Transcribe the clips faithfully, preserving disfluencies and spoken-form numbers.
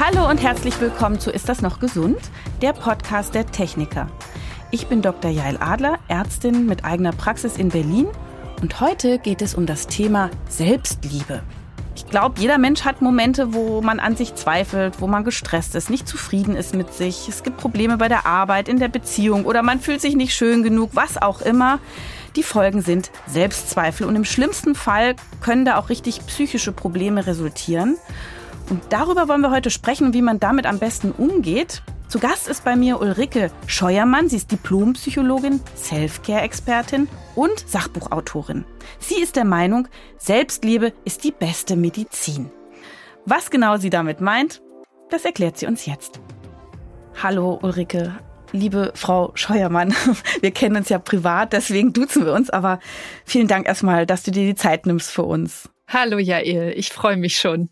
Hallo und herzlich willkommen zu Ist das noch gesund? Der Podcast der Techniker. Ich bin Doktor Jael Adler, Ärztin mit eigener Praxis in Berlin und heute geht es um das Thema Selbstliebe. Ich glaube, jeder Mensch hat Momente, wo man an sich zweifelt, wo man gestresst ist, nicht zufrieden ist mit sich. Es gibt Probleme bei der Arbeit, in der Beziehung oder man fühlt sich nicht schön genug, was auch immer. Die Folgen sind Selbstzweifel und im schlimmsten Fall können da auch richtig psychische Probleme resultieren. Und darüber wollen wir heute sprechen, wie man damit am besten umgeht. Zu Gast ist bei mir Ulrike Scheuermann. Sie ist Diplompsychologin, Selfcare-Expertin und Sachbuchautorin. Sie ist der Meinung, Selbstliebe ist die beste Medizin. Was genau sie damit meint, das erklärt sie uns jetzt. Hallo Ulrike, liebe Frau Scheuermann. Wir kennen uns ja privat, deswegen duzen wir uns. Aber vielen Dank erstmal, dass du dir die Zeit nimmst für uns. Hallo Jael, ich freue mich schon.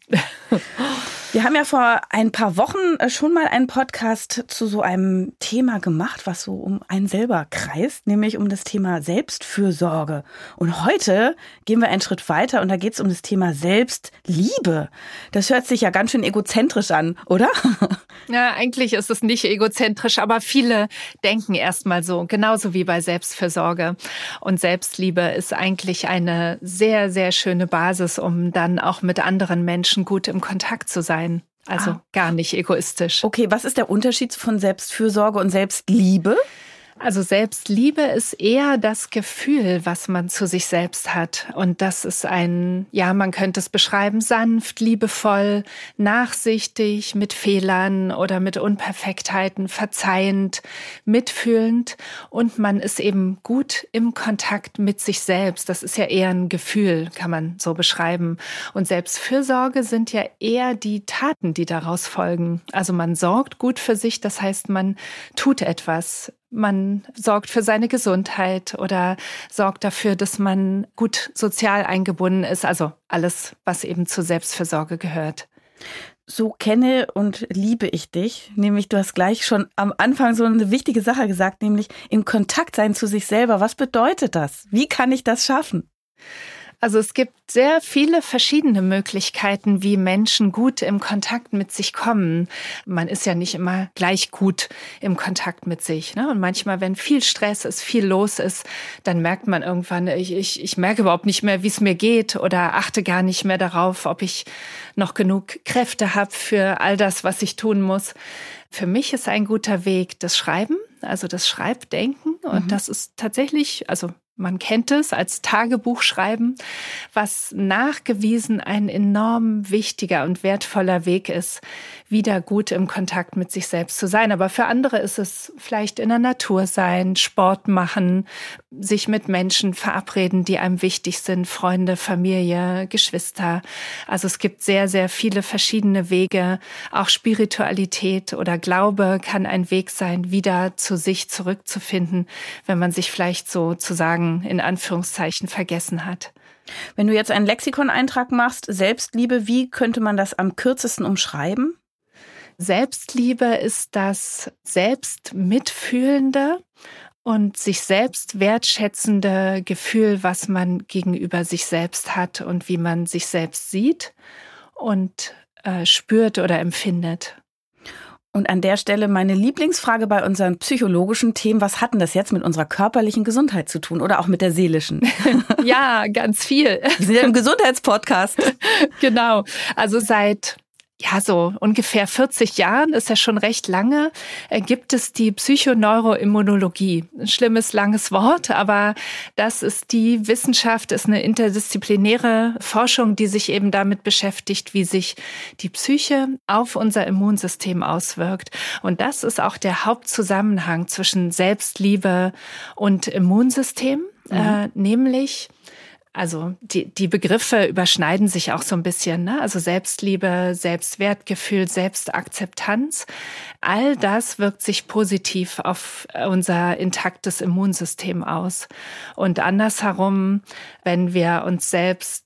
Wir haben ja vor ein paar Wochen schon mal einen Podcast zu so einem Thema gemacht, was so um einen selber kreist, nämlich um das Thema Selbstfürsorge. Und heute gehen wir einen Schritt weiter und da geht es um das Thema Selbstliebe. Das hört sich ja ganz schön egozentrisch an, oder? Ja, eigentlich ist es nicht egozentrisch, aber viele denken erstmal so, genauso wie bei Selbstfürsorge. Und Selbstliebe ist eigentlich eine sehr, sehr schöne Basis, um dann auch mit anderen Menschen gut im Kontakt zu sein. Also ah. gar nicht egoistisch. Okay, was ist der Unterschied von Selbstfürsorge und Selbstliebe? Also Selbstliebe ist eher das Gefühl, was man zu sich selbst hat. Und das ist ein, ja, man könnte es beschreiben, sanft, liebevoll, nachsichtig, mit Fehlern oder mit Unperfektheiten, verzeihend, mitfühlend. Und man ist eben gut im Kontakt mit sich selbst. Das ist ja eher ein Gefühl, kann man so beschreiben. Und Selbstfürsorge sind ja eher die Taten, die daraus folgen. Also man sorgt gut für sich, das heißt, man tut etwas. Man sorgt für seine Gesundheit oder sorgt dafür, dass man gut sozial eingebunden ist. Also alles, was eben zur Selbstfürsorge gehört. So kenne und liebe ich dich. Nämlich, du hast gleich schon am Anfang so eine wichtige Sache gesagt, nämlich im Kontakt sein zu sich selber. Was bedeutet das? Wie kann ich das schaffen? Also es gibt sehr viele verschiedene Möglichkeiten, wie Menschen gut im Kontakt mit sich kommen. Man ist ja nicht immer gleich gut im Kontakt mit sich, ne? Und manchmal, wenn viel Stress ist, viel los ist, dann merkt man irgendwann, ich, ich, ich merke überhaupt nicht mehr, wie es mir geht oder achte gar nicht mehr darauf, ob ich noch genug Kräfte habe für all das, was ich tun muss. Für mich ist ein guter Weg das Schreiben, also das Schreibdenken. Und mhm. das ist tatsächlich, also man kennt es als Tagebuchschreiben, was nachgewiesen ein enorm wichtiger und wertvoller Weg ist, wieder gut im Kontakt mit sich selbst zu sein. Aber für andere ist es vielleicht in der Natur sein, Sport machen, sich mit Menschen verabreden, die einem wichtig sind, Freunde, Familie, Geschwister. Also es gibt sehr, sehr viele verschiedene Wege. Auch Spiritualität oder Glaube kann ein Weg sein, wieder zu sich zurückzufinden, wenn man sich vielleicht sozusagen in Anführungszeichen vergessen hat. Wenn du jetzt einen Lexikon-Eintrag machst, Selbstliebe, wie könnte man das am kürzesten umschreiben? Selbstliebe ist das selbstmitfühlende und sich selbst wertschätzende Gefühl, was man gegenüber sich selbst hat und wie man sich selbst sieht und äh, spürt oder empfindet. Und an der Stelle meine Lieblingsfrage bei unseren psychologischen Themen. Was hat denn das jetzt mit unserer körperlichen Gesundheit zu tun oder auch mit der seelischen? Ja, ganz viel. Wir sind ja im Gesundheitspodcast. Genau. Also seit ja so ungefähr vierzig Jahren, ist ja schon recht lange, gibt es die Psychoneuroimmunologie. Ein schlimmes, langes Wort, aber das ist die Wissenschaft, ist eine interdisziplinäre Forschung, die sich eben damit beschäftigt, wie sich die Psyche auf unser Immunsystem auswirkt. Und das ist auch der Hauptzusammenhang zwischen Selbstliebe und Immunsystem, mhm. äh, nämlich Also die, die Begriffe überschneiden sich auch so ein bisschen, ne? Also Selbstliebe, Selbstwertgefühl, Selbstakzeptanz. All das wirkt sich positiv auf unser intaktes Immunsystem aus. Und andersherum, wenn wir uns selbst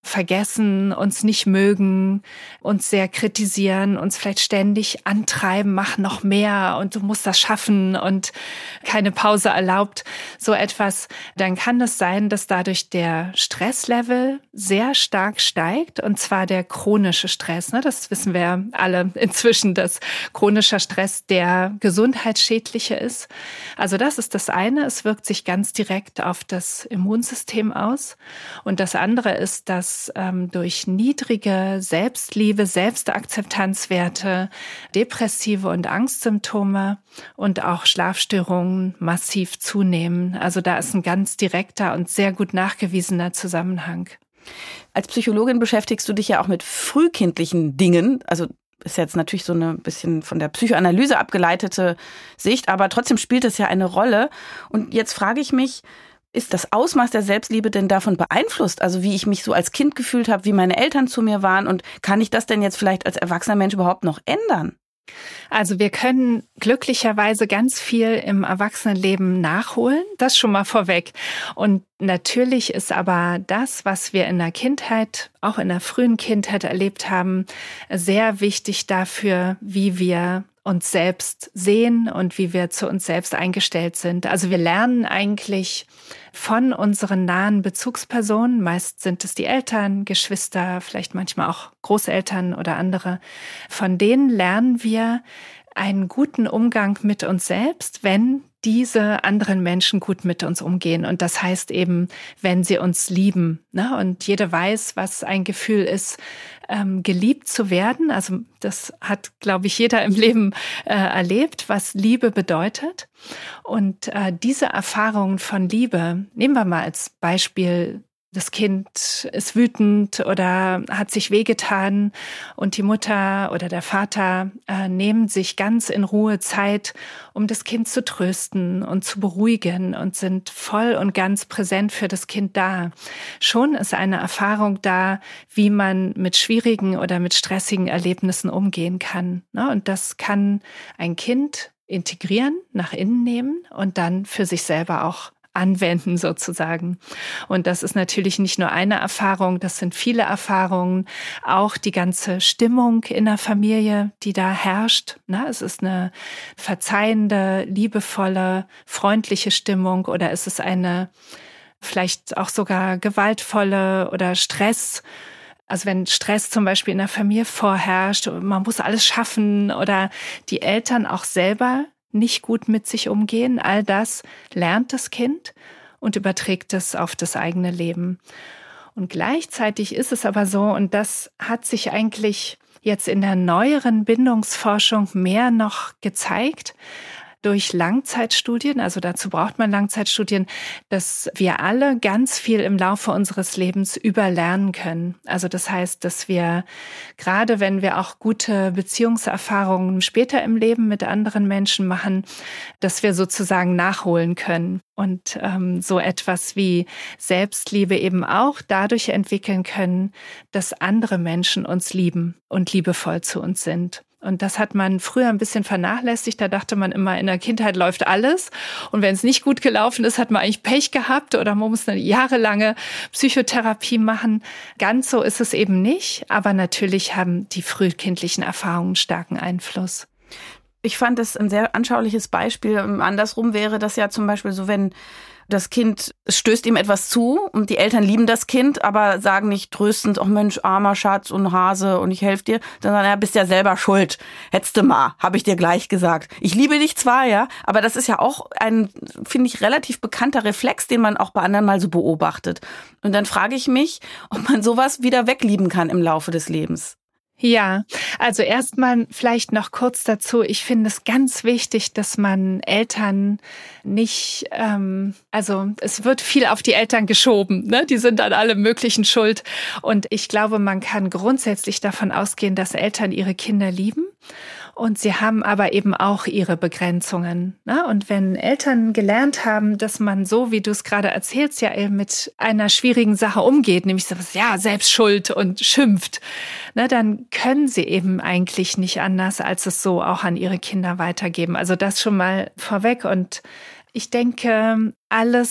vergessen, uns nicht mögen, uns sehr kritisieren, uns vielleicht ständig antreiben, mach noch mehr und du musst das schaffen und keine Pause erlaubt, so etwas, dann kann es sein, dass dadurch der Stresslevel sehr stark steigt, und zwar der chronische Stress. Ne? Das wissen wir alle inzwischen, dass chronischer Stress der gesundheitsschädliche ist. Also das ist das eine, es wirkt sich ganz direkt auf das Immunsystem aus. Und das andere ist, dass ähm, durch niedrige Selbstliebe, Selbstakzeptanzwerte, depressive und Angstsymptome und auch Schlafstörungen massiv zunehmen. Also da ist ein ganz direkter und sehr gut nachgewiesener Zusammenhang. Als Psychologin beschäftigst du dich ja auch mit frühkindlichen Dingen, also ist jetzt natürlich so eine bisschen von der Psychoanalyse abgeleitete Sicht, aber trotzdem spielt es ja eine Rolle. Und jetzt frage ich mich, ist das Ausmaß der Selbstliebe denn davon beeinflusst? Also wie ich mich so als Kind gefühlt habe, wie meine Eltern zu mir waren, und kann ich das denn jetzt vielleicht als erwachsener Mensch überhaupt noch ändern? Also wir können glücklicherweise ganz viel im Erwachsenenleben nachholen, das schon mal vorweg. Und natürlich ist aber das, was wir in der Kindheit, auch in der frühen Kindheit erlebt haben, sehr wichtig dafür, wie wir uns selbst sehen und wie wir zu uns selbst eingestellt sind. Also wir lernen eigentlich von unseren nahen Bezugspersonen, meist sind es die Eltern, Geschwister, vielleicht manchmal auch Großeltern oder andere, von denen lernen wir einen guten Umgang mit uns selbst, wenn diese anderen Menschen gut mit uns umgehen. Und das heißt eben, wenn sie uns lieben. Ne? Und jeder weiß, was ein Gefühl ist, ähm, geliebt zu werden. Also das hat, glaube ich, jeder im Leben äh, erlebt, was Liebe bedeutet. Und äh, diese Erfahrungen von Liebe, nehmen wir mal als Beispiel, das Kind ist wütend oder hat sich wehgetan und die Mutter oder der Vater äh, nehmen sich ganz in Ruhe Zeit, um das Kind zu trösten und zu beruhigen und sind voll und ganz präsent für das Kind da. Schon ist eine Erfahrung da, wie man mit schwierigen oder mit stressigen Erlebnissen umgehen kann. Ne? Und das kann ein Kind integrieren, nach innen nehmen und dann für sich selber auch anwenden sozusagen. Und das ist natürlich nicht nur eine Erfahrung, das sind viele Erfahrungen, auch die ganze Stimmung in der Familie, die da herrscht. Na, es ist eine verzeihende, liebevolle, freundliche Stimmung, oder ist es eine vielleicht auch sogar gewaltvolle oder Stress. Also wenn Stress zum Beispiel in der Familie vorherrscht, man muss alles schaffen oder die Eltern auch selber nicht gut mit sich umgehen, all das lernt das Kind und überträgt es auf das eigene Leben. Und gleichzeitig ist es aber so, und das hat sich eigentlich jetzt in der neueren Bindungsforschung mehr noch gezeigt, durch Langzeitstudien, also dazu braucht man Langzeitstudien, dass wir alle ganz viel im Laufe unseres Lebens überlernen können. Also das heißt, dass wir, gerade wenn wir auch gute Beziehungserfahrungen später im Leben mit anderen Menschen machen, dass wir sozusagen nachholen können und ähm, so etwas wie Selbstliebe eben auch dadurch entwickeln können, dass andere Menschen uns lieben und liebevoll zu uns sind. Und das hat man früher ein bisschen vernachlässigt. Da dachte man immer, in der Kindheit läuft alles. Und wenn es nicht gut gelaufen ist, hat man eigentlich Pech gehabt oder man muss eine jahrelange Psychotherapie machen. Ganz so ist es eben nicht. Aber natürlich haben die frühkindlichen Erfahrungen einen starken Einfluss. Ich fand das ein sehr anschauliches Beispiel. Andersrum wäre das ja zum Beispiel so, wenn das Kind, es stößt ihm etwas zu und die Eltern lieben das Kind, aber sagen nicht tröstend, ach Mensch, armer Schatz und Hase und ich helfe dir, dann sagen, ja, bist ja selber schuld. Hättest du mal, habe ich dir gleich gesagt. Ich liebe dich zwar, ja, aber das ist ja auch ein, finde ich, relativ bekannter Reflex, den man auch bei anderen mal so beobachtet. Und dann frage ich mich, ob man sowas wieder weglieben kann im Laufe des Lebens. Ja, also erstmal vielleicht noch kurz dazu. Ich finde es ganz wichtig, dass man Eltern nicht, ähm, also es wird viel auf die Eltern geschoben, ne? Die sind an allem Möglichen schuld. Und ich glaube, man kann grundsätzlich davon ausgehen, dass Eltern ihre Kinder lieben. Und sie haben aber eben auch ihre Begrenzungen. Ne? Und wenn Eltern gelernt haben, dass man so, wie du es gerade erzählst, ja eben mit einer schwierigen Sache umgeht, nämlich so, ja, Selbstschuld und schimpft, ne, dann können sie eben eigentlich nicht anders, als es so auch an ihre Kinder weitergeben. Also das schon mal vorweg. Und ich denke, alles,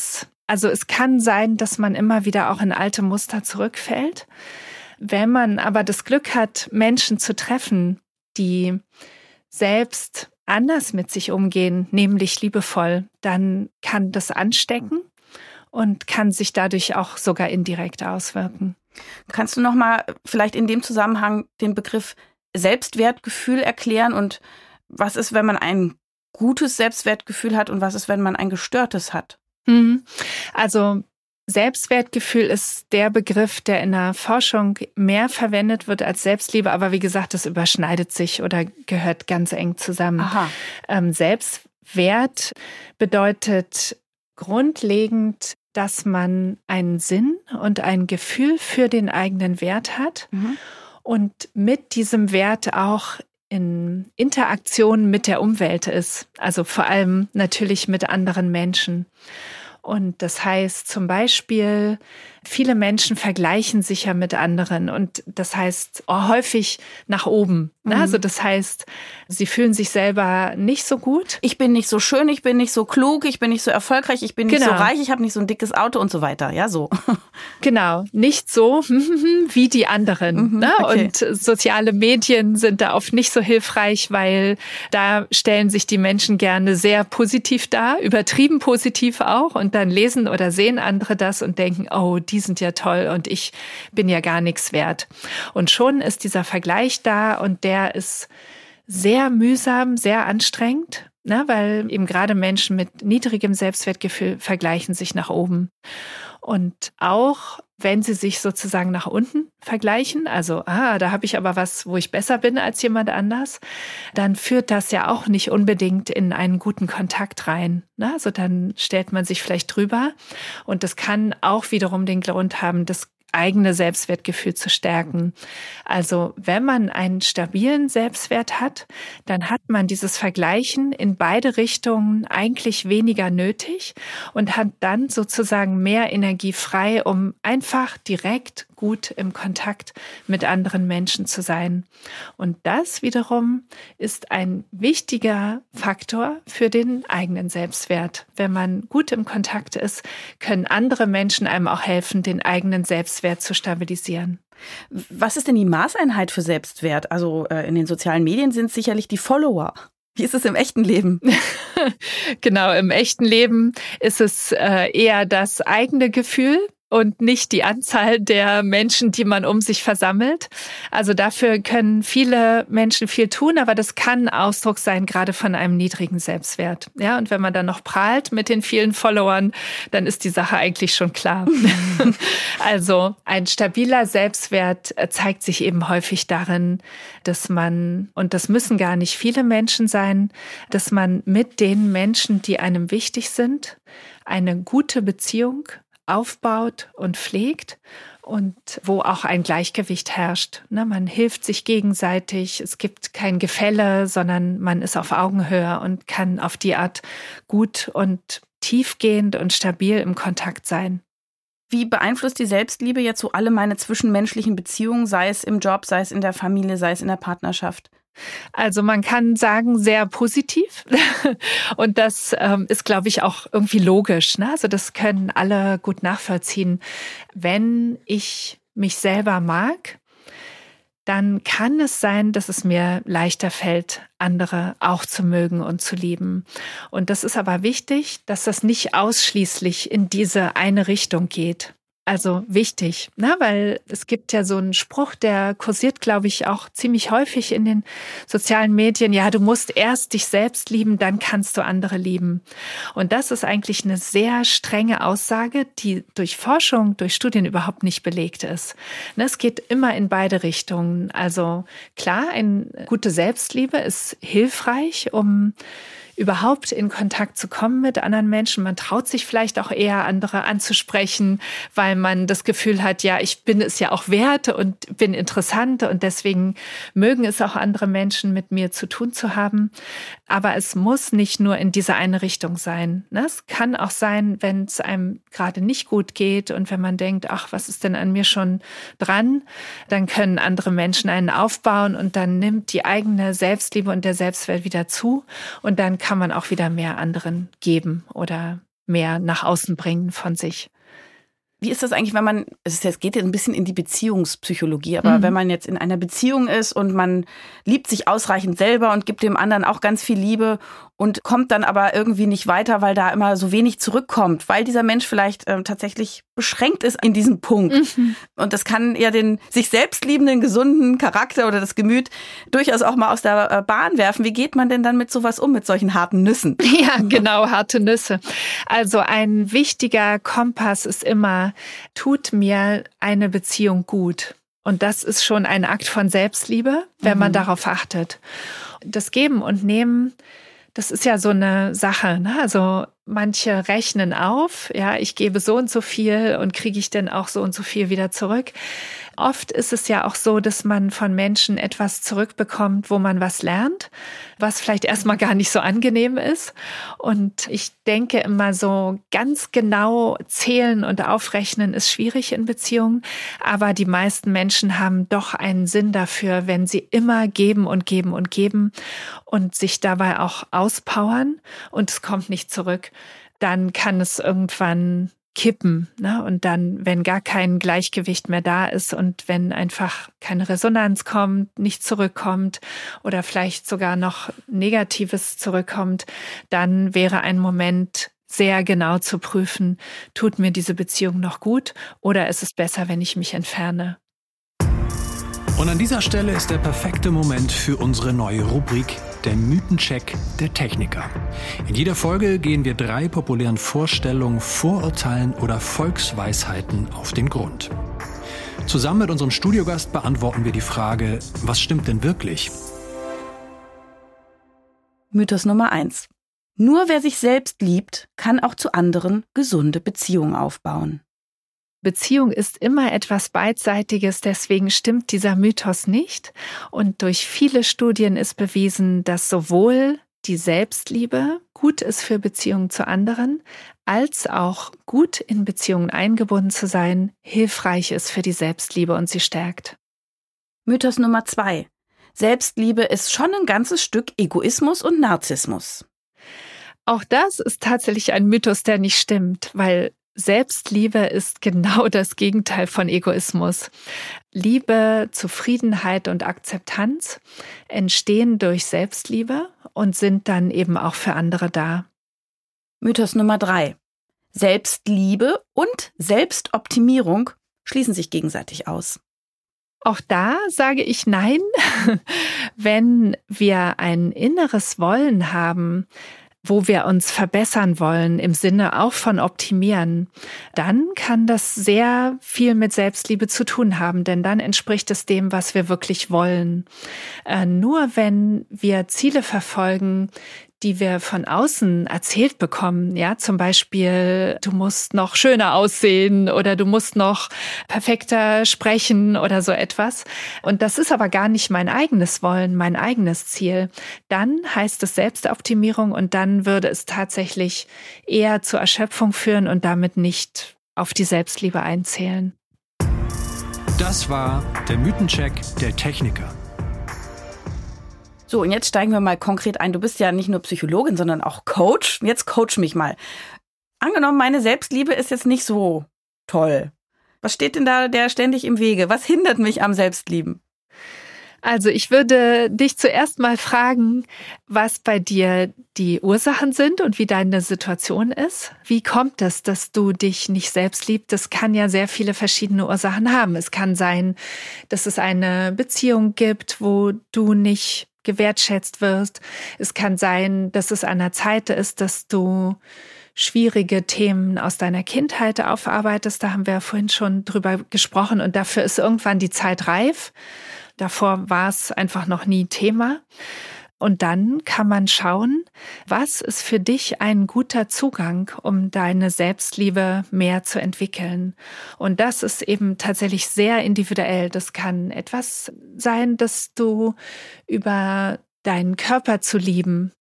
Also es kann sein, dass man immer wieder auch in alte Muster zurückfällt. Wenn man aber das Glück hat, Menschen zu treffen, die selbst anders mit sich umgehen, nämlich liebevoll, dann kann das anstecken und kann sich dadurch auch sogar indirekt auswirken. Kannst du noch mal vielleicht in dem Zusammenhang den Begriff Selbstwertgefühl erklären und was ist, wenn man ein gutes Selbstwertgefühl hat und was ist, wenn man ein gestörtes hat? Also Selbstwertgefühl ist der Begriff, der in der Forschung mehr verwendet wird als Selbstliebe. Aber wie gesagt, das überschneidet sich oder gehört ganz eng zusammen. Aha. Ähm, Selbstwert bedeutet grundlegend, dass man einen Sinn und ein Gefühl für den eigenen Wert hat mhm. und mit diesem Wert auch in Interaktion mit der Umwelt ist. Also vor allem natürlich mit anderen Menschen. Und das heißt zum Beispiel, viele Menschen vergleichen sich ja mit anderen und das heißt oh, häufig nach oben. Mhm. Also das heißt, sie fühlen sich selber nicht so gut. Ich bin nicht so schön, ich bin nicht so klug, ich bin nicht so erfolgreich, ich bin nicht genau. so reich, ich habe nicht so ein dickes Auto und so weiter. Ja, so. Genau, nicht so wie die anderen. Mhm, ne? okay. Und soziale Medien sind da oft nicht so hilfreich, weil da stellen sich die Menschen gerne sehr positiv dar, übertrieben positiv auch. Und dann lesen oder sehen andere das und denken, oh, die sind ja toll und ich bin ja gar nichts wert. Und schon ist dieser Vergleich da und der ist sehr mühsam, sehr anstrengend, ne? Weil eben gerade Menschen mit niedrigem Selbstwertgefühl vergleichen sich nach oben. Und auch wenn sie sich sozusagen nach unten vergleichen, also, ah, da habe ich aber was, wo ich besser bin als jemand anders, dann führt das ja auch nicht unbedingt in einen guten Kontakt rein. Ne? Also dann stellt man sich vielleicht drüber und das kann auch wiederum den Grund haben, das eigene Selbstwertgefühl zu stärken. Also wenn man einen stabilen Selbstwert hat, dann hat man dieses Vergleichen in beide Richtungen eigentlich weniger nötig und hat dann sozusagen mehr Energie frei, um einfach direkt gut im Kontakt mit anderen Menschen zu sein. Und das wiederum ist ein wichtiger Faktor für den eigenen Selbstwert. Wenn man gut im Kontakt ist, können andere Menschen einem auch helfen, den eigenen Selbstwert zu stabilisieren. Was ist denn die Maßeinheit für Selbstwert? Also äh, in den sozialen Medien sind es sicherlich die Follower. Wie ist es im echten Leben? Genau, im echten Leben ist es äh, eher das eigene Gefühl und nicht die Anzahl der Menschen, die man um sich versammelt. Also dafür können viele Menschen viel tun, aber das kann Ausdruck sein, gerade von einem niedrigen Selbstwert. Ja, und wenn man dann noch prahlt mit den vielen Followern, dann ist die Sache eigentlich schon klar. Also ein stabiler Selbstwert zeigt sich eben häufig darin, dass man, und das müssen gar nicht viele Menschen sein, dass man mit den Menschen, die einem wichtig sind, eine gute Beziehung aufbaut und pflegt und wo auch ein Gleichgewicht herrscht. Man hilft sich gegenseitig, es gibt kein Gefälle, sondern man ist auf Augenhöhe und kann auf die Art gut und tiefgehend und stabil im Kontakt sein. Wie beeinflusst die Selbstliebe jetzt so alle meine zwischenmenschlichen Beziehungen, sei es im Job, sei es in der Familie, sei es in der Partnerschaft? Also man kann sagen, sehr positiv. Und das ähm, ist, glaube ich, auch irgendwie logisch. Ne? Also das können alle gut nachvollziehen. Wenn ich mich selber mag, dann kann es sein, dass es mir leichter fällt, andere auch zu mögen und zu lieben. Und das ist aber wichtig, dass das nicht ausschließlich in diese eine Richtung geht. Also wichtig, ne? Weil es gibt ja so einen Spruch, der kursiert, glaube ich, auch ziemlich häufig in den sozialen Medien. Ja, du musst erst dich selbst lieben, dann kannst du andere lieben. Und das ist eigentlich eine sehr strenge Aussage, die durch Forschung, durch Studien überhaupt nicht belegt ist. Ne? Es geht immer in beide Richtungen. Also klar, eine gute Selbstliebe ist hilfreich, um überhaupt in Kontakt zu kommen mit anderen Menschen. Man traut sich vielleicht auch eher, andere anzusprechen, weil man das Gefühl hat, ja, ich bin es ja auch wert und bin interessant und deswegen mögen es auch andere Menschen, mit mir zu tun zu haben. Aber es muss nicht nur in diese eine Richtung sein. Es kann auch sein, wenn es einem gerade nicht gut geht und wenn man denkt, ach, was ist denn an mir schon dran? Dann können andere Menschen einen aufbauen und dann nimmt die eigene Selbstliebe und der Selbstwert wieder zu und dann kann man auch wieder mehr anderen geben oder mehr nach außen bringen von sich. Wie ist das eigentlich, wenn man, es geht jetzt ein bisschen in die Beziehungspsychologie, aber mhm. wenn man jetzt in einer Beziehung ist und man liebt sich ausreichend selber und gibt dem anderen auch ganz viel Liebe und kommt dann aber irgendwie nicht weiter, weil da immer so wenig zurückkommt, weil dieser Mensch vielleicht äh, tatsächlich beschränkt ist in diesem Punkt. Mhm. Und das kann ja den sich selbst liebenden, gesunden Charakter oder das Gemüt durchaus auch mal aus der Bahn werfen. Wie geht man denn dann mit sowas um, mit solchen harten Nüssen? Ja, genau, harte Nüsse. Also ein wichtiger Kompass ist immer, tut mir eine Beziehung gut. Und das ist schon ein Akt von Selbstliebe, wenn mhm. man darauf achtet. Das Geben und Nehmen, das ist ja so eine Sache, ne? Also manche rechnen auf, ja, ich gebe so und so viel und kriege ich denn auch so und so viel wieder zurück. Oft ist es ja auch so, dass man von Menschen etwas zurückbekommt, wo man was lernt, was vielleicht erstmal gar nicht so angenehm ist. Und ich denke immer so, ganz genau zählen und aufrechnen ist schwierig in Beziehungen. Aber die meisten Menschen haben doch einen Sinn dafür, wenn sie immer geben und geben und geben und sich dabei auch auspowern und es kommt nicht zurück. Dann kann es irgendwann kippen, ne? Und dann, wenn gar kein Gleichgewicht mehr da ist und wenn einfach keine Resonanz kommt, nicht zurückkommt oder vielleicht sogar noch Negatives zurückkommt, dann wäre ein Moment, sehr genau zu prüfen, tut mir diese Beziehung noch gut oder ist es besser, wenn ich mich entferne? Und an dieser Stelle ist der perfekte Moment für unsere neue Rubrik, der Mythencheck der Techniker. In jeder Folge gehen wir drei populären Vorstellungen, Vorurteilen oder Volksweisheiten auf den Grund. Zusammen mit unserem Studiogast beantworten wir die Frage, was stimmt denn wirklich? Mythos Nummer eins. Nur wer sich selbst liebt, kann auch zu anderen gesunde Beziehungen aufbauen. Beziehung ist immer etwas Beidseitiges, deswegen stimmt dieser Mythos nicht. Und durch viele Studien ist bewiesen, dass sowohl die Selbstliebe gut ist für Beziehungen zu anderen, als auch gut in Beziehungen eingebunden zu sein, hilfreich ist für die Selbstliebe und sie stärkt. Mythos Nummer zwei. Selbstliebe ist schon ein ganzes Stück Egoismus und Narzissmus. Auch das ist tatsächlich ein Mythos, der nicht stimmt, weil Selbstliebe ist genau das Gegenteil von Egoismus. Liebe, Zufriedenheit und Akzeptanz entstehen durch Selbstliebe und sind dann eben auch für andere da. Mythos Nummer drei. Selbstliebe und Selbstoptimierung schließen sich gegenseitig aus. Auch da sage ich nein. Wenn wir ein inneres Wollen haben, wo wir uns verbessern wollen, im Sinne auch von optimieren, dann kann das sehr viel mit Selbstliebe zu tun haben, denn dann entspricht es dem, was wir wirklich wollen. Äh, nur wenn wir Ziele verfolgen, die wir von außen erzählt bekommen, ja, zum Beispiel, du musst noch schöner aussehen oder du musst noch perfekter sprechen oder so etwas. Und das ist aber gar nicht mein eigenes Wollen, mein eigenes Ziel. Dann heißt es Selbstoptimierung und dann würde es tatsächlich eher zur Erschöpfung führen und damit nicht auf die Selbstliebe einzählen. Das war der Mythencheck der Techniker. So, und jetzt steigen wir mal konkret ein. Du bist ja nicht nur Psychologin, sondern auch Coach. Jetzt coach mich mal. Angenommen, meine Selbstliebe ist jetzt nicht so toll. Was steht denn da der ständig im Wege? Was hindert mich am Selbstlieben? Also ich würde dich zuerst mal fragen, was bei dir die Ursachen sind und wie deine Situation ist. Wie kommt es, dass du dich nicht selbst liebst? Das kann ja sehr viele verschiedene Ursachen haben. Es kann sein, dass es eine Beziehung gibt, wo du nicht gewertschätzt wirst. Es kann sein, dass es an der Zeit ist, dass du schwierige Themen aus deiner Kindheit aufarbeitest. Da haben wir ja vorhin schon drüber gesprochen und dafür ist irgendwann die Zeit reif. Davor war es einfach noch nie Thema. Und dann kann man schauen, was ist für dich ein guter Zugang, um deine Selbstliebe mehr zu entwickeln. Und das ist eben tatsächlich sehr individuell. Das kann etwas sein, dass du über deinen Körper zu lieben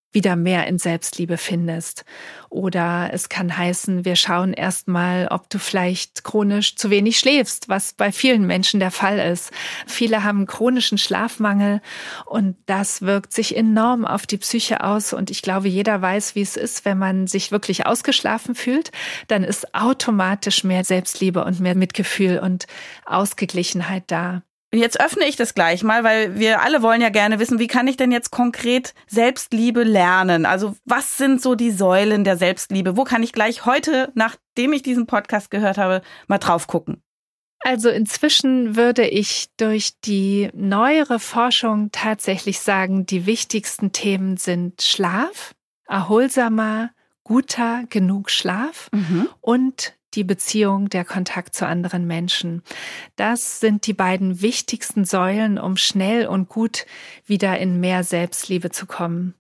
wieder mehr in Selbstliebe findest. Oder es kann heißen, wir schauen erstmal, ob du vielleicht chronisch zu wenig schläfst, was bei vielen Menschen der Fall ist. Viele haben chronischen Schlafmangel und das wirkt sich enorm auf die Psyche aus. Und ich glaube, jeder weiß, wie es ist, wenn man sich wirklich ausgeschlafen fühlt, dann ist automatisch mehr Selbstliebe und mehr Mitgefühl und Ausgeglichenheit da. Jetzt öffne ich das gleich mal, weil wir alle wollen ja gerne wissen, wie kann ich denn jetzt konkret Selbstliebe lernen? Also was sind so die Säulen der Selbstliebe? Wo kann ich gleich heute, nachdem ich diesen Podcast gehört habe, mal drauf gucken? Also inzwischen würde ich durch die neuere Forschung tatsächlich sagen, die wichtigsten Themen sind Schlaf, erholsamer, guter, genug Schlaf mhm. und die Beziehung, der Kontakt zu anderen Menschen. Das sind die beiden wichtigsten Säulen, um schnell und gut wieder in mehr Selbstliebe zu kommen.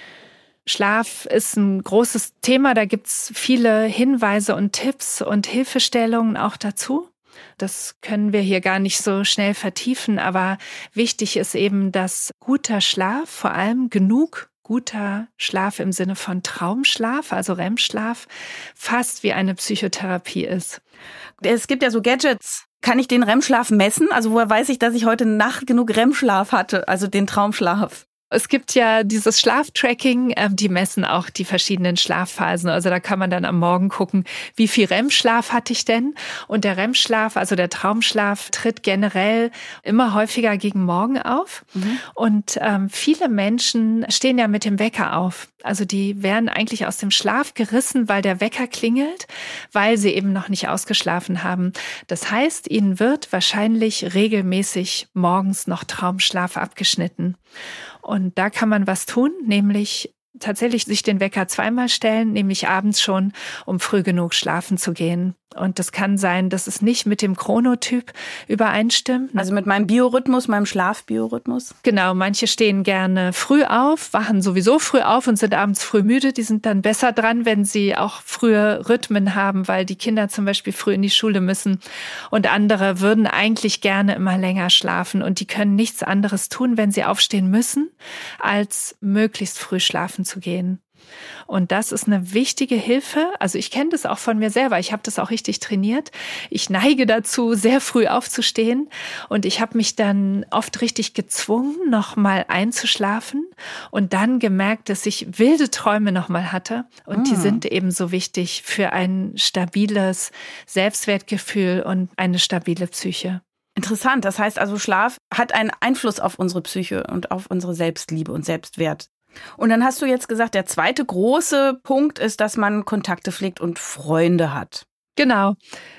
Schlaf ist ein großes Thema, da gibt's viele Hinweise und Tipps und Hilfestellungen auch dazu. Das können wir hier gar nicht so schnell vertiefen, aber wichtig ist eben, dass guter Schlaf, vor allem genug guter Schlaf im Sinne von Traumschlaf, also R E M-Schlaf, fast wie eine Psychotherapie ist. Es gibt ja so Gadgets. Kann ich den R E M-Schlaf messen? Also woher weiß ich, dass ich heute Nacht genug R E M-Schlaf hatte, also den Traumschlaf? Es gibt ja dieses Schlaftracking, ähm, die messen auch die verschiedenen Schlafphasen. Also da kann man dann am Morgen gucken, wie viel R E M-Schlaf hatte ich denn? Und der R E M-Schlaf, also der Traumschlaf, tritt generell immer häufiger gegen Morgen auf. Mhm. Und ähm, viele Menschen stehen ja mit dem Wecker auf. Also die werden eigentlich aus dem Schlaf gerissen, weil der Wecker klingelt, weil sie eben noch nicht ausgeschlafen haben. Das heißt, ihnen wird wahrscheinlich regelmäßig morgens noch Traumschlaf abgeschnitten. Und da kann man was tun, nämlich tatsächlich sich den Wecker zweimal stellen, nämlich abends schon, um früh genug schlafen zu gehen. Und das kann sein, dass es nicht mit dem Chronotyp übereinstimmt. Also mit meinem Biorhythmus, meinem Schlafbiorhythmus? Genau, manche stehen gerne früh auf, wachen sowieso früh auf und sind abends früh müde. Die sind dann besser dran, wenn sie auch frühe Rhythmen haben, weil die Kinder zum Beispiel früh in die Schule müssen. Und andere würden eigentlich gerne immer länger schlafen. Und die können nichts anderes tun, wenn sie aufstehen müssen, als möglichst früh schlafen zu gehen. Und das ist eine wichtige Hilfe. Also ich kenne das auch von mir selber. Ich habe das auch richtig trainiert. Ich neige dazu, sehr früh aufzustehen. Und ich habe mich dann oft richtig gezwungen, noch mal einzuschlafen. Und dann gemerkt, dass ich wilde Träume noch mal hatte. Und ah. die sind eben so wichtig für ein stabiles Selbstwertgefühl und eine stabile Psyche. Interessant. Das heißt also, Schlaf hat einen Einfluss auf unsere Psyche und auf unsere Selbstliebe und Selbstwert. Und dann hast du jetzt gesagt, der zweite große Punkt ist, dass man Kontakte pflegt und Freunde hat. Genau.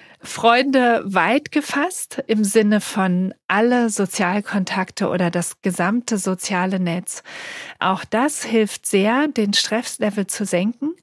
Freunde weit gefasst im Sinne von alle Sozialkontakte oder das gesamte soziale Netz. Auch das hilft sehr, den Stresslevel zu senken.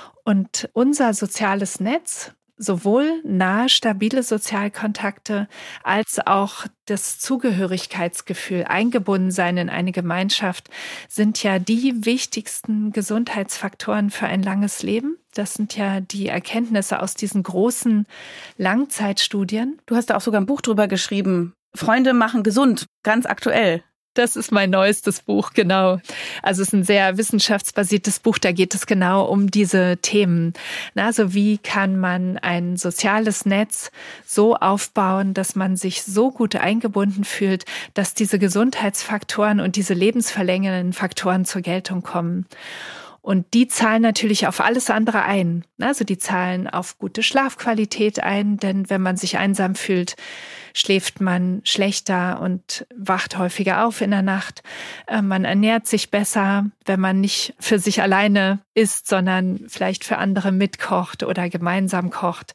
Und unser soziales Netz, sowohl nahe, stabile Sozialkontakte als auch das Zugehörigkeitsgefühl, Eingebundensein in eine Gemeinschaft, sind ja die wichtigsten Gesundheitsfaktoren für ein langes Leben. Das sind ja die Erkenntnisse aus diesen großen Langzeitstudien. Du hast da auch sogar ein Buch drüber geschrieben. Freunde machen gesund, ganz aktuell. Das ist mein neuestes Buch, genau. Also es ist ein sehr wissenschaftsbasiertes Buch, da geht es genau um diese Themen. Also wie kann man ein soziales Netz so aufbauen, dass man sich so gut eingebunden fühlt, dass diese Gesundheitsfaktoren und diese lebensverlängernden Faktoren zur Geltung kommen. Und die zahlen natürlich auf alles andere ein. Also die zahlen auf gute Schlafqualität ein, denn wenn man sich einsam fühlt, schläft man schlechter und wacht häufiger auf in der Nacht. Man ernährt sich besser, wenn man nicht für sich alleine isst, sondern vielleicht für andere mitkocht oder gemeinsam kocht.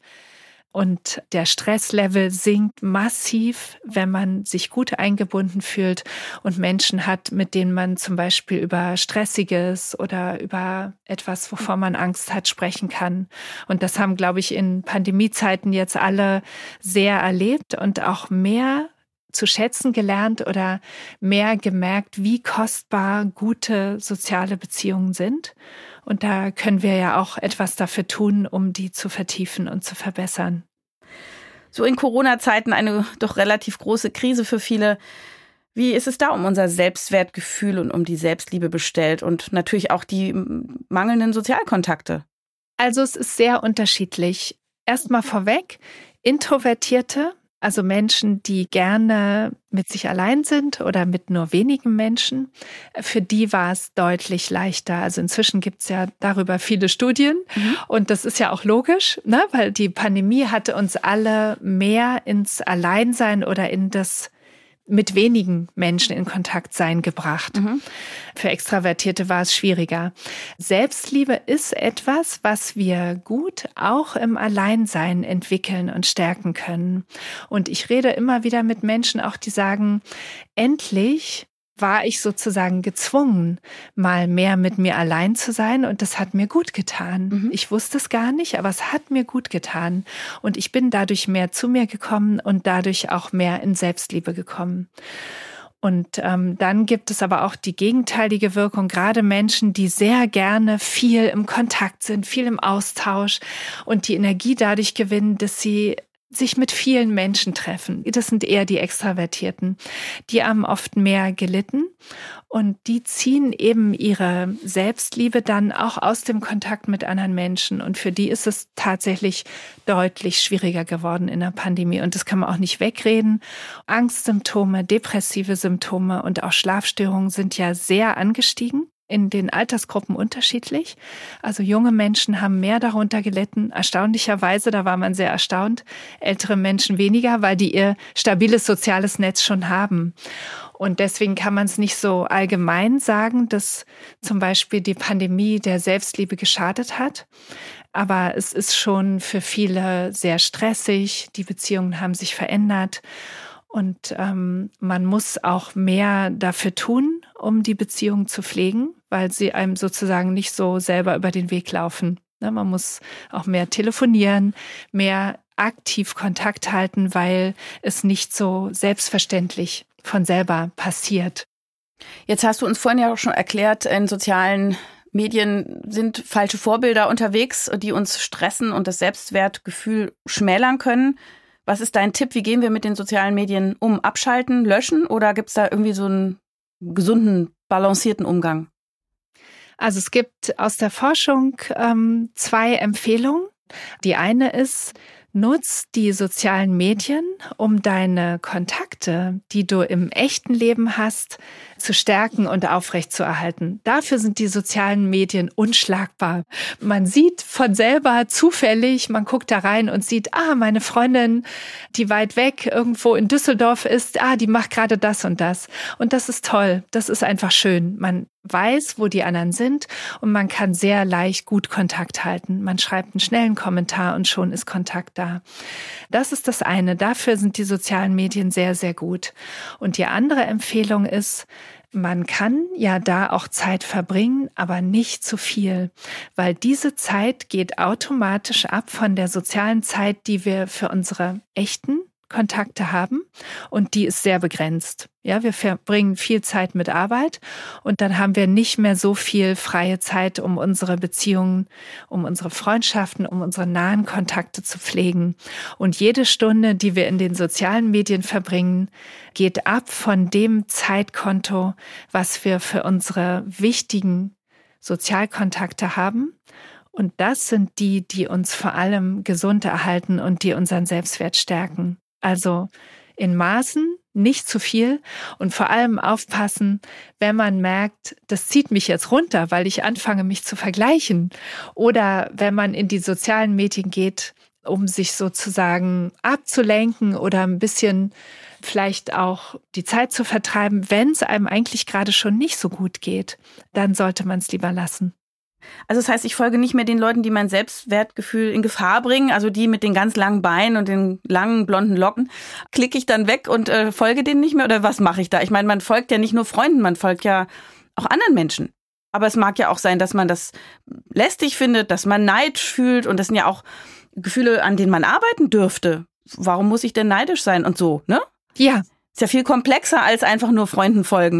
Und der Stresslevel sinkt massiv, wenn man sich gut eingebunden fühlt und Menschen hat, mit denen man zum Beispiel über Stressiges oder über etwas, wovor man Angst hat, sprechen kann. Und das haben, glaube ich, in Pandemiezeiten jetzt alle sehr erlebt und auch mehr zu schätzen gelernt oder mehr gemerkt, wie kostbar gute soziale Beziehungen sind. Und da können wir ja auch etwas dafür tun, um die zu vertiefen und zu verbessern. So in Corona-Zeiten eine doch relativ große Krise für viele. Wie ist es da um unser Selbstwertgefühl und um die Selbstliebe bestellt und natürlich auch die mangelnden Sozialkontakte? Also es ist sehr unterschiedlich. Erstmal vorweg, Introvertierte, also Menschen, die gerne mit sich allein sind oder mit nur wenigen Menschen, für die war es deutlich leichter. Also inzwischen gibt es ja darüber viele Studien mhm. und das ist ja auch logisch, ne? Weil die Pandemie hatte uns alle mehr ins Alleinsein oder in das mit wenigen Menschen in Kontakt sein gebracht. Mhm. Für Extravertierte war es schwieriger. Selbstliebe ist etwas, was wir gut auch im Alleinsein entwickeln und stärken können. Und ich rede immer wieder mit Menschen auch, die sagen, endlich war ich sozusagen gezwungen, mal mehr mit mir allein zu sein und das hat mir gut getan. Mhm. Ich wusste es gar nicht, aber es hat mir gut getan und ich bin dadurch mehr zu mir gekommen und dadurch auch mehr in Selbstliebe gekommen. Und ähm, dann gibt es aber auch die gegenteilige Wirkung, gerade Menschen, die sehr gerne viel im Kontakt sind, viel im Austausch und die Energie dadurch gewinnen, dass sie sich mit vielen Menschen treffen. Das sind eher die Extravertierten. Die haben oft mehr gelitten und die ziehen eben ihre Selbstliebe dann auch aus dem Kontakt mit anderen Menschen. Und für die ist es tatsächlich deutlich schwieriger geworden in der Pandemie. Und das kann man auch nicht wegreden. Angstsymptome, depressive Symptome und auch Schlafstörungen sind ja sehr angestiegen. In den Altersgruppen unterschiedlich. Also junge Menschen haben mehr darunter gelitten. Erstaunlicherweise, da war man sehr erstaunt. Ältere Menschen weniger, weil die ihr stabiles soziales Netz schon haben. Und deswegen kann man es nicht so allgemein sagen, dass zum Beispiel die Pandemie der Selbstliebe geschadet hat. Aber es ist schon für viele sehr stressig. Die Beziehungen haben sich verändert. Und ähm, man muss auch mehr dafür tun, um die Beziehung zu pflegen, weil sie einem sozusagen nicht so selber über den Weg laufen. Ne, man muss auch mehr telefonieren, mehr aktiv Kontakt halten, weil es nicht so selbstverständlich von selber passiert. Jetzt hast du uns vorhin ja auch schon erklärt, in sozialen Medien sind falsche Vorbilder unterwegs, die uns stressen und das Selbstwertgefühl schmälern können. Was ist dein Tipp? Wie gehen wir mit den sozialen Medien um? Abschalten, löschen oder gibt es da irgendwie so einen gesunden, balancierten Umgang? Also es gibt aus der Forschung ähm, zwei Empfehlungen. Die eine ist, nutz die sozialen Medien, um deine Kontakte, die du im echten Leben hast, zu stärken und aufrechtzuerhalten. Dafür sind die sozialen Medien unschlagbar. Man sieht von selber zufällig, man guckt da rein und sieht, ah, meine Freundin, die weit weg irgendwo in Düsseldorf ist, ah, die macht gerade das und das. Und das ist toll, das ist einfach schön. Man weiß, wo die anderen sind und man kann sehr leicht gut Kontakt halten. Man schreibt einen schnellen Kommentar und schon ist Kontakt da. Das ist das eine. Dafür sind die sozialen Medien sehr, sehr gut. Und die andere Empfehlung ist, man kann ja da auch Zeit verbringen, aber nicht zu viel, weil diese Zeit geht automatisch ab von der sozialen Zeit, die wir für unsere echten Kontakte haben und die ist sehr begrenzt. Ja, wir verbringen viel Zeit mit Arbeit und dann haben wir nicht mehr so viel freie Zeit, um unsere Beziehungen, um unsere Freundschaften, um unsere nahen Kontakte zu pflegen. Und jede Stunde, die wir in den sozialen Medien verbringen, geht ab von dem Zeitkonto, was wir für unsere wichtigen Sozialkontakte haben. Und das sind die, die uns vor allem gesund erhalten und die unseren Selbstwert stärken. Also in Maßen, nicht zu viel und vor allem aufpassen, wenn man merkt, das zieht mich jetzt runter, weil ich anfange, mich zu vergleichen. Oder wenn man in die sozialen Medien geht, um sich sozusagen abzulenken oder ein bisschen vielleicht auch die Zeit zu vertreiben, wenn es einem eigentlich gerade schon nicht so gut geht, dann sollte man es lieber lassen. Also das heißt, ich folge nicht mehr den Leuten, die mein Selbstwertgefühl in Gefahr bringen, also die mit den ganz langen Beinen und den langen blonden Locken. Klicke ich dann weg und äh, folge denen nicht mehr oder was mache ich da? Ich meine, man folgt ja nicht nur Freunden, man folgt ja auch anderen Menschen. Aber es mag ja auch sein, dass man das lästig findet, dass man Neid fühlt und das sind ja auch Gefühle, an denen man arbeiten dürfte. Warum muss ich denn neidisch sein und so, ne? Ja. Ist ja viel komplexer als einfach nur Freunden folgen.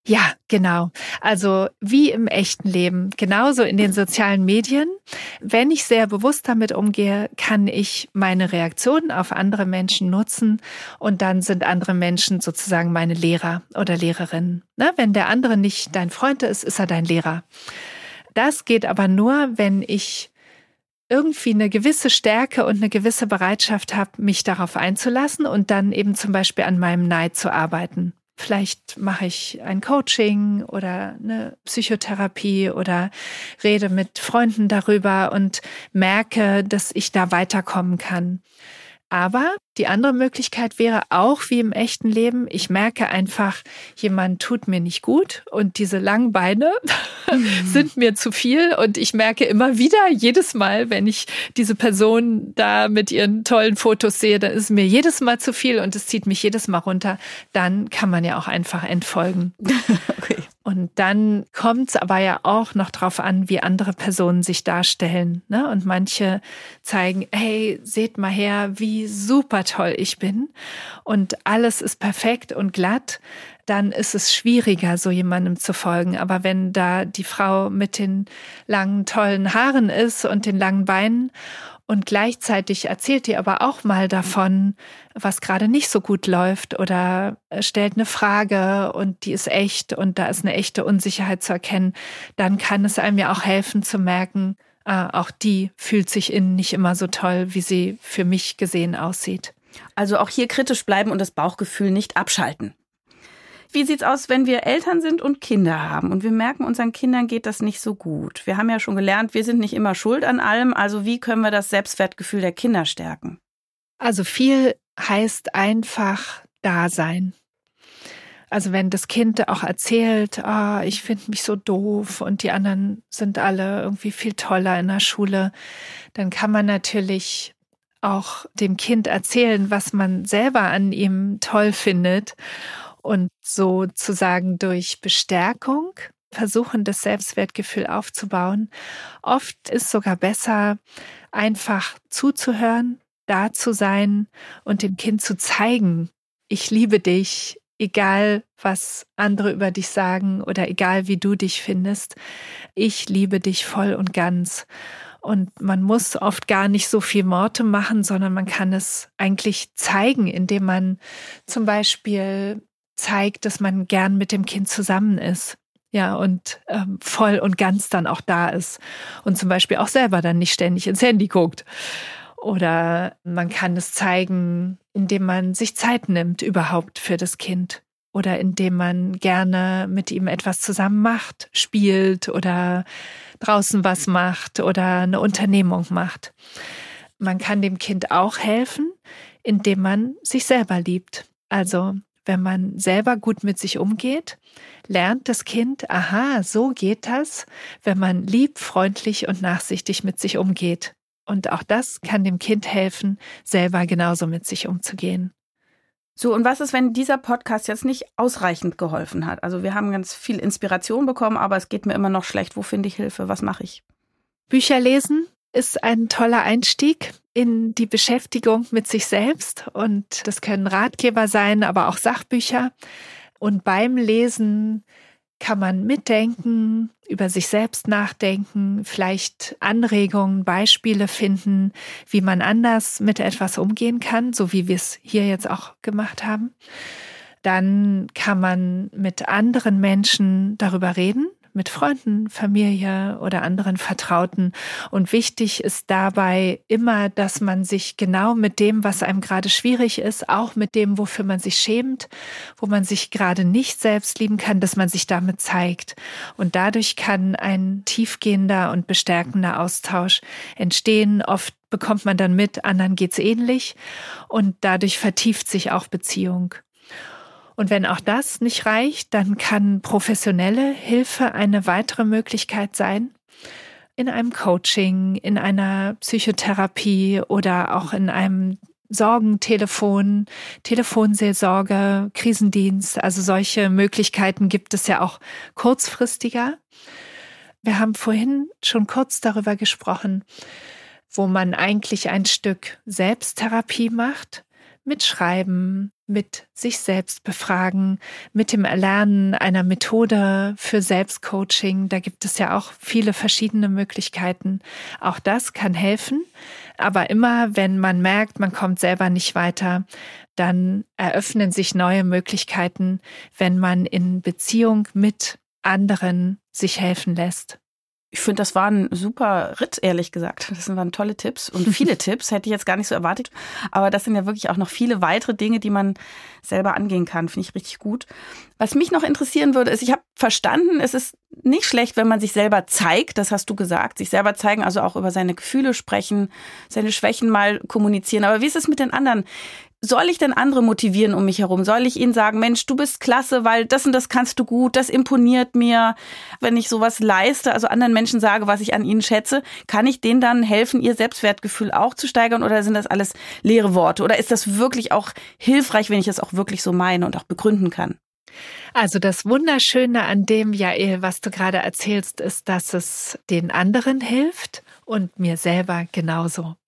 Ja, genau. Also wie im echten Leben, genauso in den sozialen Medien. Wenn ich sehr bewusst damit umgehe, kann ich meine Reaktionen auf andere Menschen nutzen und dann sind andere Menschen sozusagen meine Lehrer oder Lehrerinnen. Na, wenn der andere nicht dein Freund ist, ist er dein Lehrer. Das geht aber nur, wenn ich irgendwie eine gewisse Stärke und eine gewisse Bereitschaft habe, mich darauf einzulassen und dann eben zum Beispiel an meinem Neid zu arbeiten. Vielleicht mache ich ein Coaching oder eine Psychotherapie oder rede mit Freunden darüber und merke, dass ich da weiterkommen kann. Aber die andere Möglichkeit wäre auch wie im echten Leben, ich merke einfach, jemand tut mir nicht gut und diese langen Beine mhm. sind mir zu viel und ich merke immer wieder, jedes Mal, wenn ich diese Person da mit ihren tollen Fotos sehe, dann ist es mir jedes Mal zu viel und es zieht mich jedes Mal runter. Dann kann man ja auch einfach entfolgen. Okay. Und dann kommt es aber ja auch noch drauf an, wie andere Personen sich darstellen. Ne? Und manche zeigen, hey, seht mal her, wie super toll ich bin. Und alles ist perfekt und glatt. Dann ist es schwieriger, so jemandem zu folgen. Aber wenn da die Frau mit den langen, tollen Haaren ist und den langen Beinen und gleichzeitig erzählt die aber auch mal davon, was gerade nicht so gut läuft oder stellt eine Frage und die ist echt und da ist eine echte Unsicherheit zu erkennen, dann kann es einem ja auch helfen zu merken, ah, auch die fühlt sich innen nicht immer so toll, wie sie für mich gesehen aussieht. Also auch hier kritisch bleiben und das Bauchgefühl nicht abschalten. Wie sieht's aus, wenn wir Eltern sind und Kinder haben und wir merken, unseren Kindern geht das nicht so gut? Wir haben ja schon gelernt, wir sind nicht immer schuld an allem. Also wie können wir das Selbstwertgefühl der Kinder stärken? Also viel heißt einfach da sein. Also wenn das Kind auch erzählt, ah, ich finde mich so doof und die anderen sind alle irgendwie viel toller in der Schule, dann kann man natürlich auch dem Kind erzählen, was man selber an ihm toll findet. Und sozusagen durch Bestärkung versuchen, das Selbstwertgefühl aufzubauen. Oft ist sogar besser, einfach zuzuhören, da zu sein und dem Kind zu zeigen, ich liebe dich, egal was andere über dich sagen oder egal wie du dich findest. Ich liebe dich voll und ganz. Und man muss oft gar nicht so viel Worte machen, sondern man kann es eigentlich zeigen, indem man zum Beispiel zeigt, dass man gern mit dem Kind zusammen ist, ja, und ähm, voll und ganz dann auch da ist und zum Beispiel auch selber dann nicht ständig ins Handy guckt. Oder man kann es zeigen, indem man sich Zeit nimmt überhaupt für das Kind oder indem man gerne mit ihm etwas zusammen macht, spielt oder draußen was macht oder eine Unternehmung macht. Man kann dem Kind auch helfen, indem man sich selber liebt. Also wenn man selber gut mit sich umgeht, lernt das Kind, aha, so geht das, wenn man lieb, freundlich und nachsichtig mit sich umgeht. Und auch das kann dem Kind helfen, selber genauso mit sich umzugehen. So, und was ist, wenn dieser Podcast jetzt nicht ausreichend geholfen hat? Also wir haben ganz viel Inspiration bekommen, aber es geht mir immer noch schlecht. Wo finde ich Hilfe? Was mache ich? Bücher lesen ist ein toller Einstieg in die Beschäftigung mit sich selbst. Und das können Ratgeber sein, aber auch Sachbücher. Und beim Lesen kann man mitdenken, über sich selbst nachdenken, vielleicht Anregungen, Beispiele finden, wie man anders mit etwas umgehen kann, so wie wir es hier jetzt auch gemacht haben. Dann kann man mit anderen Menschen darüber reden, mit Freunden, Familie oder anderen Vertrauten. Und wichtig ist dabei immer, dass man sich genau mit dem, was einem gerade schwierig ist, auch mit dem, wofür man sich schämt, wo man sich gerade nicht selbst lieben kann, dass man sich damit zeigt. Und dadurch kann ein tiefgehender und bestärkender Austausch entstehen. Oft bekommt man dann mit, anderen geht's ähnlich und dadurch vertieft sich auch Beziehung. Und wenn auch das nicht reicht, dann kann professionelle Hilfe eine weitere Möglichkeit sein. In einem Coaching, in einer Psychotherapie oder auch in einem Sorgentelefon, Telefonseelsorge, Krisendienst. Also solche Möglichkeiten gibt es ja auch kurzfristiger. Wir haben vorhin schon kurz darüber gesprochen, wo man eigentlich ein Stück Selbsttherapie macht, mit Schreiben, mit sich selbst befragen, mit dem Erlernen einer Methode für Selbstcoaching. Da gibt es ja auch viele verschiedene Möglichkeiten. Auch das kann helfen. Aber immer, wenn man merkt, man kommt selber nicht weiter, dann eröffnen sich neue Möglichkeiten, wenn man in Beziehung mit anderen sich helfen lässt. Ich finde, das war ein super Ritt, ehrlich gesagt. Das waren tolle Tipps und viele Tipps, hätte ich jetzt gar nicht so erwartet. Aber das sind ja wirklich auch noch viele weitere Dinge, die man selber angehen kann. Finde ich richtig gut. Was mich noch interessieren würde, ist, ich habe verstanden, es ist nicht schlecht, wenn man sich selber zeigt. Das hast du gesagt. Sich selber zeigen, also auch über seine Gefühle sprechen, seine Schwächen mal kommunizieren. Aber wie ist es mit den anderen? Soll ich denn andere motivieren um mich herum? Soll ich ihnen sagen, Mensch, du bist klasse, weil das und das kannst du gut, das imponiert mir. Wenn ich sowas leiste, also anderen Menschen sage, was ich an ihnen schätze, kann ich denen dann helfen, ihr Selbstwertgefühl auch zu steigern, oder sind das alles leere Worte? Oder ist das wirklich auch hilfreich, wenn ich das auch wirklich so meine und auch begründen kann? Also das Wunderschöne an dem, Jael, was du gerade erzählst, ist, dass es den anderen hilft und mir selber genauso.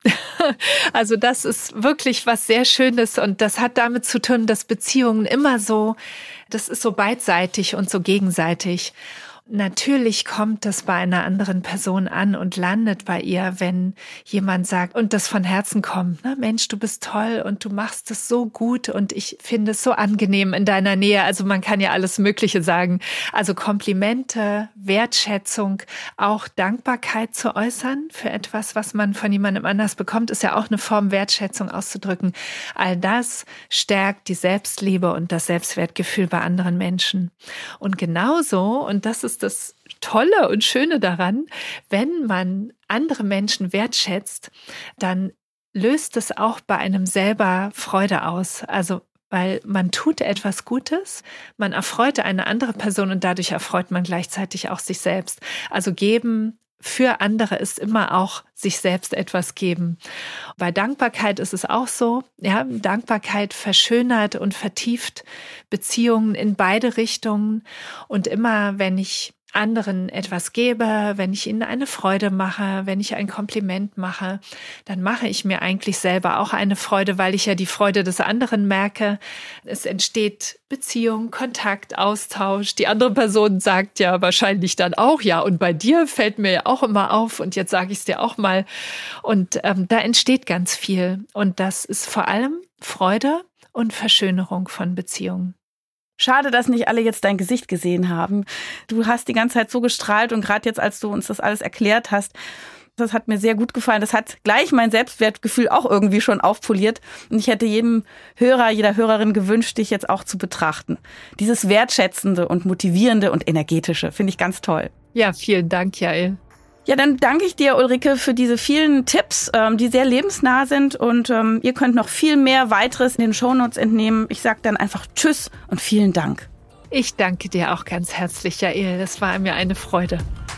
Also das ist wirklich was sehr Schönes und das hat damit zu tun, dass Beziehungen immer so, das ist so beidseitig und so gegenseitig. Natürlich kommt das bei einer anderen Person an und landet bei ihr, wenn jemand sagt und das von Herzen kommt, ne? Mensch, du bist toll und du machst es so gut und ich finde es so angenehm in deiner Nähe. Also man kann ja alles Mögliche sagen. Also Komplimente, Wertschätzung, auch Dankbarkeit zu äußern für etwas, was man von jemandem anders bekommt, ist ja auch eine Form, Wertschätzung auszudrücken. All das stärkt die Selbstliebe und das Selbstwertgefühl bei anderen Menschen. Und genauso, und das ist das Tolle und Schöne daran, wenn man andere Menschen wertschätzt, dann löst es auch bei einem selber Freude aus. Also weil man tut etwas Gutes, man erfreut eine andere Person und dadurch erfreut man gleichzeitig auch sich selbst. Also geben für andere ist immer auch sich selbst etwas geben. Bei Dankbarkeit ist es auch so. Ja, Dankbarkeit verschönert und vertieft Beziehungen in beide Richtungen. Und immer, wenn ich anderen etwas gebe, wenn ich ihnen eine Freude mache, wenn ich ein Kompliment mache, dann mache ich mir eigentlich selber auch eine Freude, weil ich ja die Freude des anderen merke. Es entsteht Beziehung, Kontakt, Austausch. Die andere Person sagt ja wahrscheinlich dann auch, ja, und bei dir fällt mir ja auch immer auf und jetzt sage ich es dir auch mal. Und ähm, da entsteht ganz viel. Und das ist vor allem Freude und Verschönerung von Beziehungen. Schade, dass nicht alle jetzt dein Gesicht gesehen haben. Du hast die ganze Zeit so gestrahlt und gerade jetzt, als du uns das alles erklärt hast, das hat mir sehr gut gefallen. Das hat gleich mein Selbstwertgefühl auch irgendwie schon aufpoliert. Und ich hätte jedem Hörer, jeder Hörerin gewünscht, dich jetzt auch zu betrachten. Dieses Wertschätzende und Motivierende und Energetische finde ich ganz toll. Ja, vielen Dank, Jael. Ja, dann danke ich dir, Ulrike, für diese vielen Tipps, ähm, die sehr lebensnah sind. Und ähm, ihr könnt noch viel mehr weiteres in den Shownotes entnehmen. Ich sage dann einfach Tschüss und vielen Dank. Ich danke dir auch ganz herzlich, Jael. Das war mir eine Freude.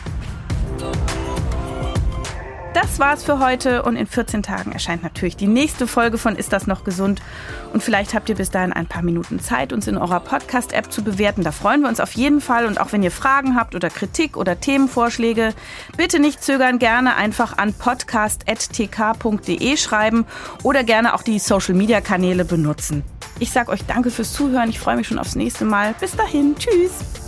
Das war's für heute und in vierzehn Tagen erscheint natürlich die nächste Folge von Ist das noch gesund? Und vielleicht habt ihr bis dahin ein paar Minuten Zeit, uns in eurer Podcast-App zu bewerten. Da freuen wir uns auf jeden Fall. Und auch wenn ihr Fragen habt oder Kritik oder Themenvorschläge, bitte nicht zögern, gerne einfach an podcast at t k punkt d e schreiben oder gerne auch die Social-Media-Kanäle benutzen. Ich sage euch danke fürs Zuhören. Ich freue mich schon aufs nächste Mal. Bis dahin. Tschüss.